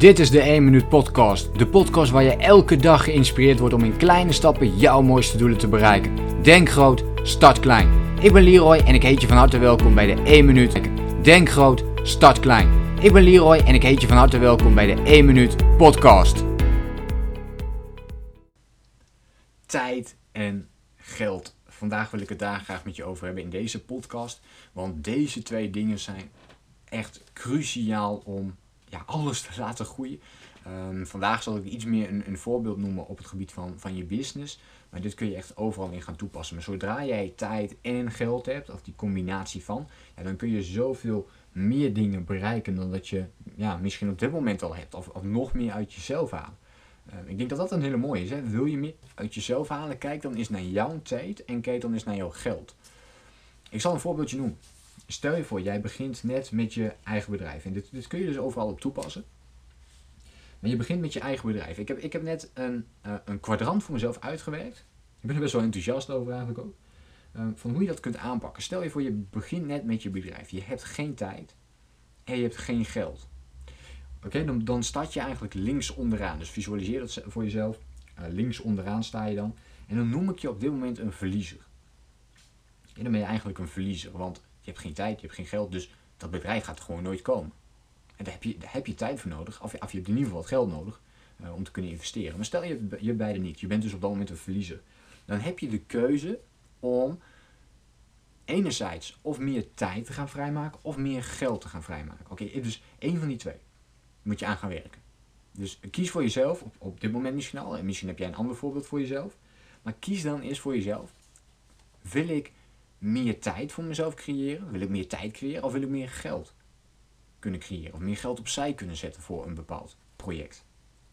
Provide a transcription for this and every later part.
Dit is de 1 Minuut Podcast. De podcast waar je elke dag geïnspireerd wordt om in kleine stappen jouw mooiste doelen te bereiken. Denk groot, start klein. Ik ben Leroy en ik heet je van harte welkom bij de 1 Minuut. Denk groot, start klein. Ik ben Leroy en ik heet je van harte welkom bij de 1 Minuut Podcast. Tijd en geld. Vandaag wil ik het daar graag met je over hebben in deze podcast. Want deze twee dingen zijn echt cruciaal om alles te laten groeien. Vandaag zal ik iets meer een voorbeeld noemen op het gebied van je business. Maar dit kun je echt overal in gaan toepassen. Maar zodra jij tijd en geld hebt, of die combinatie van, dan kun je zoveel meer dingen bereiken dan dat je misschien op dit moment al hebt. Of nog meer uit jezelf halen. Ik denk dat dat een hele mooie is. Hè? Wil je meer uit jezelf halen? Kijk dan eens naar jouw tijd en kijk dan eens naar jouw geld. Ik zal een voorbeeldje noemen. Stel je voor, jij begint net met je eigen bedrijf. En dit kun je dus overal op toepassen. Maar je begint met je eigen bedrijf. Ik heb net een kwadrant voor mezelf uitgewerkt. Ik ben er best wel enthousiast over eigenlijk ook. Van hoe je dat kunt aanpakken. Stel je voor, je begint net met je bedrijf. Je hebt geen tijd en je hebt geen geld. Oké, dan start je eigenlijk links onderaan. Dus visualiseer dat voor jezelf. Links onderaan sta je dan. En dan noem ik je op dit moment een verliezer. En dan ben je eigenlijk een verliezer. Want je hebt geen tijd, je hebt geen geld. Dus dat bedrijf gaat gewoon nooit komen. En daar heb je tijd voor nodig. Of je hebt in ieder geval wat geld nodig om te kunnen investeren. Maar stel je beide niet. Je bent dus op dat moment een verliezer. Dan heb je de keuze om enerzijds of meer tijd te gaan vrijmaken of meer geld te gaan vrijmaken. Oké, dus één van die twee moet je aan gaan werken. Dus kies voor jezelf, op dit moment misschien al, en misschien heb jij een ander voorbeeld voor jezelf. Maar kies dan eens voor jezelf. Wil ik meer tijd voor mezelf creëren? Wil ik meer tijd creëren? Of wil ik meer geld kunnen creëren? Of meer geld opzij kunnen zetten voor een bepaald project?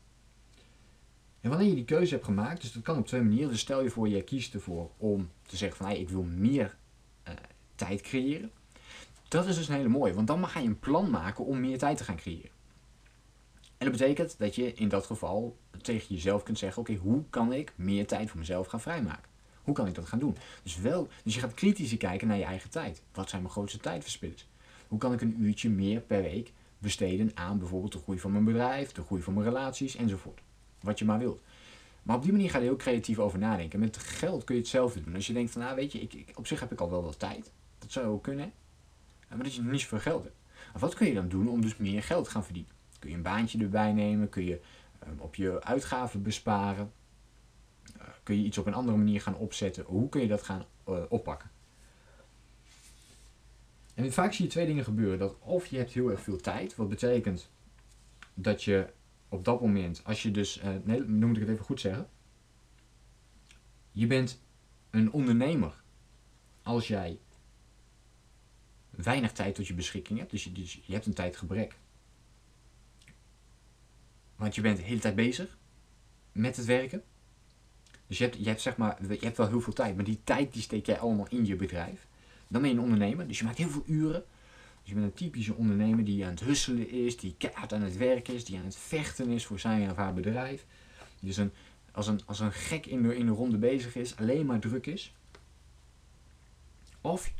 En wanneer je die keuze hebt gemaakt, dus dat kan op twee manieren. Dus stel je voor, jij kiest ervoor om te zeggen van ik wil meer tijd creëren. Dat is dus een hele mooie, want dan ga je een plan maken om meer tijd te gaan creëren. En dat betekent dat je in dat geval tegen jezelf kunt zeggen, oké, hoe kan ik meer tijd voor mezelf gaan vrijmaken? Hoe kan ik dat gaan doen? Dus je gaat kritisch kijken naar je eigen tijd. Wat zijn mijn grootste tijdverspillers? Hoe kan ik een uurtje meer per week besteden aan bijvoorbeeld de groei van mijn bedrijf, de groei van mijn relaties enzovoort. Wat je maar wilt. Maar op die manier ga je heel creatief over nadenken. Met geld kun je hetzelfde doen. Als je denkt van, weet je, op zich heb ik al wel wat tijd. Dat zou ook kunnen. Maar dat je niet zoveel geld hebt. Maar wat kun je dan doen om dus meer geld te gaan verdienen? Kun je een baantje erbij nemen? Kun je op je uitgaven besparen? Kun je iets op een andere manier gaan opzetten? Hoe kun je dat gaan oppakken? En vaak zie je twee dingen gebeuren. Dat of je hebt heel erg veel tijd. Wat betekent dat je op dat moment, als je dus, nu moet ik het even goed zeggen. Je bent een ondernemer als jij weinig tijd tot je beschikking hebt. Dus je hebt een tijdgebrek. Want je bent de hele tijd bezig met het werken. Dus je hebt wel heel veel tijd. Maar die tijd die steek jij allemaal in je bedrijf. Dan ben je een ondernemer. Dus je maakt heel veel uren. Dus je bent een typische ondernemer die aan het husselen is. Die keihard aan het werken is. Die aan het vechten is voor zijn of haar bedrijf. Die dus als een gek in de ronde bezig is. Alleen maar druk is. Of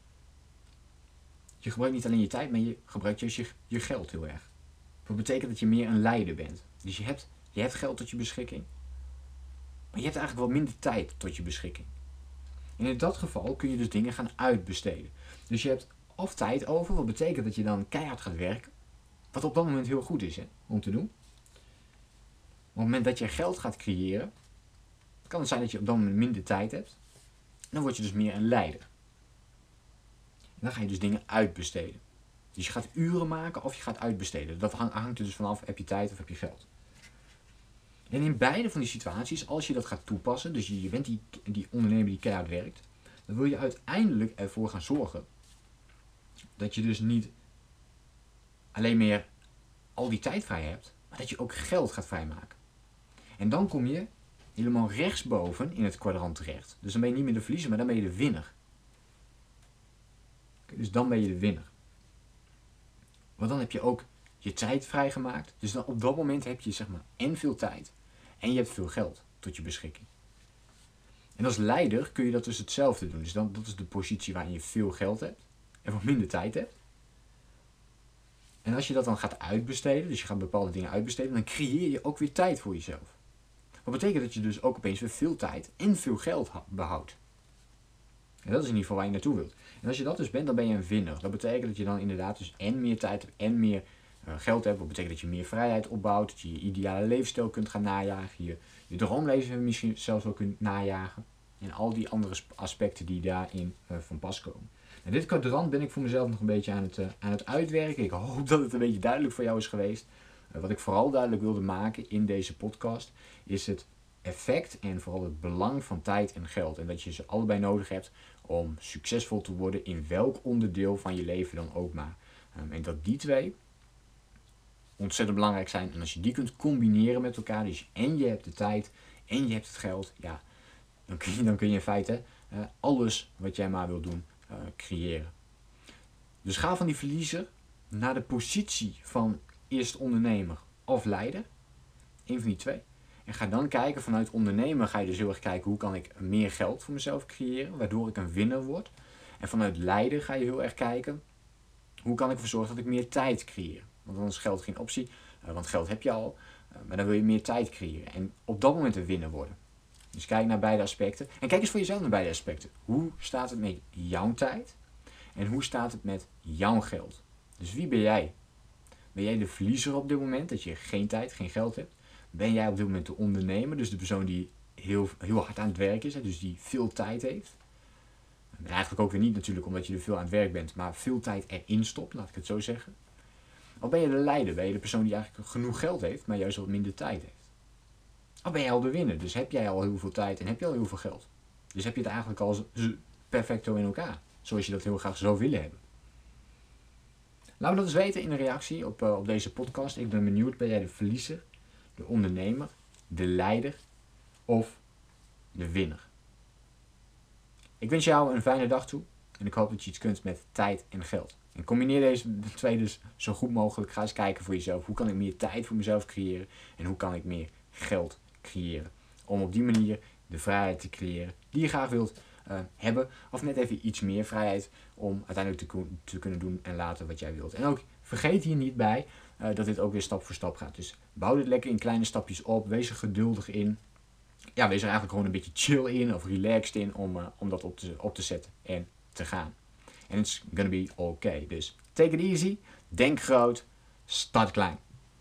je gebruikt niet alleen je tijd. Maar je gebruikt juist je geld heel erg. Dat betekent dat je meer een leider bent. Dus je hebt geld tot je beschikking. Maar je hebt eigenlijk wel minder tijd tot je beschikking. En in dat geval kun je dus dingen gaan uitbesteden. Dus je hebt of tijd over, wat betekent dat je dan keihard gaat werken. Wat op dat moment heel goed is om te doen. Maar op het moment dat je geld gaat creëren, kan het zijn dat je op dat moment minder tijd hebt. En dan word je dus meer een leider. En dan ga je dus dingen uitbesteden. Dus je gaat uren maken of je gaat uitbesteden. Dat hangt er dus vanaf, heb je tijd of heb je geld. En in beide van die situaties, als je dat gaat toepassen, dus je bent die ondernemer die keihard werkt, dan wil je uiteindelijk ervoor gaan zorgen dat je dus niet alleen meer al die tijd vrij hebt, maar dat je ook geld gaat vrijmaken. En dan kom je helemaal rechtsboven in het kwadrant terecht. Dus dan ben je niet meer de verliezer, maar dan ben je de winnaar. Dus dan ben je de winnaar. Want dan heb je ook je tijd vrijgemaakt. Dus dan op dat moment heb je en veel tijd en je hebt veel geld tot je beschikking. En als leider kun je dat dus hetzelfde doen. Dus dat is de positie waarin je veel geld hebt en wat minder tijd hebt. En als je dat dan gaat uitbesteden, dus je gaat bepaalde dingen uitbesteden, dan creëer je ook weer tijd voor jezelf. Wat betekent dat je dus ook opeens weer veel tijd en veel geld behoudt. En dat is in ieder geval waar je naartoe wilt. En als je dat dus bent, dan ben je een winnaar. Dat betekent dat je dan inderdaad dus en meer tijd hebt en meer geld hebt. Dat betekent dat je meer vrijheid opbouwt, dat je je ideale levensstijl kunt gaan najagen, je droomleven misschien zelfs wel kunt najagen. En al die andere aspecten die daarin van pas komen. En dit kwadrant ben ik voor mezelf nog een beetje aan het uitwerken. Ik hoop dat het een beetje duidelijk voor jou is geweest. Wat ik vooral duidelijk wilde maken in deze podcast is het effect en vooral het belang van tijd en geld. En dat je ze allebei nodig hebt om succesvol te worden in welk onderdeel van je leven dan ook maar. En dat die twee ontzettend belangrijk zijn. En als je die kunt combineren met elkaar, dus en je hebt de tijd en je hebt het geld, ja, dan kun je in feite alles wat jij maar wilt doen creëren. Dus ga van die verliezer naar de positie van eerst ondernemer of leider. Eén van die twee. En ga dan kijken, vanuit ondernemer ga je dus heel erg kijken hoe kan ik meer geld voor mezelf creëren, waardoor ik een winnaar word. En vanuit leider ga je heel erg kijken, hoe kan ik ervoor zorgen dat ik meer tijd creëer. Want dan is geld geen optie, want geld heb je al, maar dan wil je meer tijd creëren. En op dat moment een winnaar worden. Dus kijk naar beide aspecten. En kijk eens voor jezelf naar beide aspecten. Hoe staat het met jouw tijd? En hoe staat het met jouw geld? Dus wie ben jij? Ben jij de verliezer op dit moment, dat je geen tijd, geen geld hebt? Ben jij op dit moment de ondernemer, dus de persoon die heel hard aan het werk is, dus die veel tijd heeft? En eigenlijk ook weer niet natuurlijk omdat je er veel aan het werk bent, maar veel tijd erin stopt, laat ik het zo zeggen. Of ben je de leider? Ben je de persoon die eigenlijk genoeg geld heeft, maar juist wat minder tijd heeft? Of ben jij al de winnaar? Dus heb jij al heel veel tijd en heb je al heel veel geld? Dus heb je het eigenlijk al perfecto in elkaar, zoals je dat heel graag zou willen hebben. Laat me dat eens weten in een reactie op deze podcast. Ik ben benieuwd, ben jij de verliezer, de ondernemer, de leider of de winnaar? Ik wens jou een fijne dag toe en ik hoop dat je iets kunt met tijd en geld. En combineer deze twee dus zo goed mogelijk. Ga eens kijken voor jezelf. Hoe kan ik meer tijd voor mezelf creëren en hoe kan ik meer geld creëren? Om op die manier de vrijheid te creëren die je graag wilt hebben. Of net even iets meer vrijheid om uiteindelijk te kunnen doen en laten wat jij wilt. En ook vergeet hier niet bij dat dit ook weer stap voor stap gaat. Dus bouw dit lekker in kleine stapjes op. Wees er geduldig in. Ja, wees er eigenlijk gewoon een beetje chill in of relaxed in om dat op te zetten en te gaan. En it's gonna be okay. Dus take it easy. Denk groot. Start klein.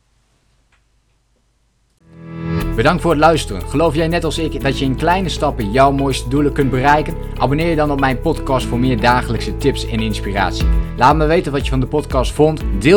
Bedankt voor het luisteren. Geloof jij net als ik dat je in kleine stappen jouw mooiste doelen kunt bereiken? Abonneer je dan op mijn podcast voor meer dagelijkse tips en inspiratie. Laat me weten wat je van de podcast vond. Deel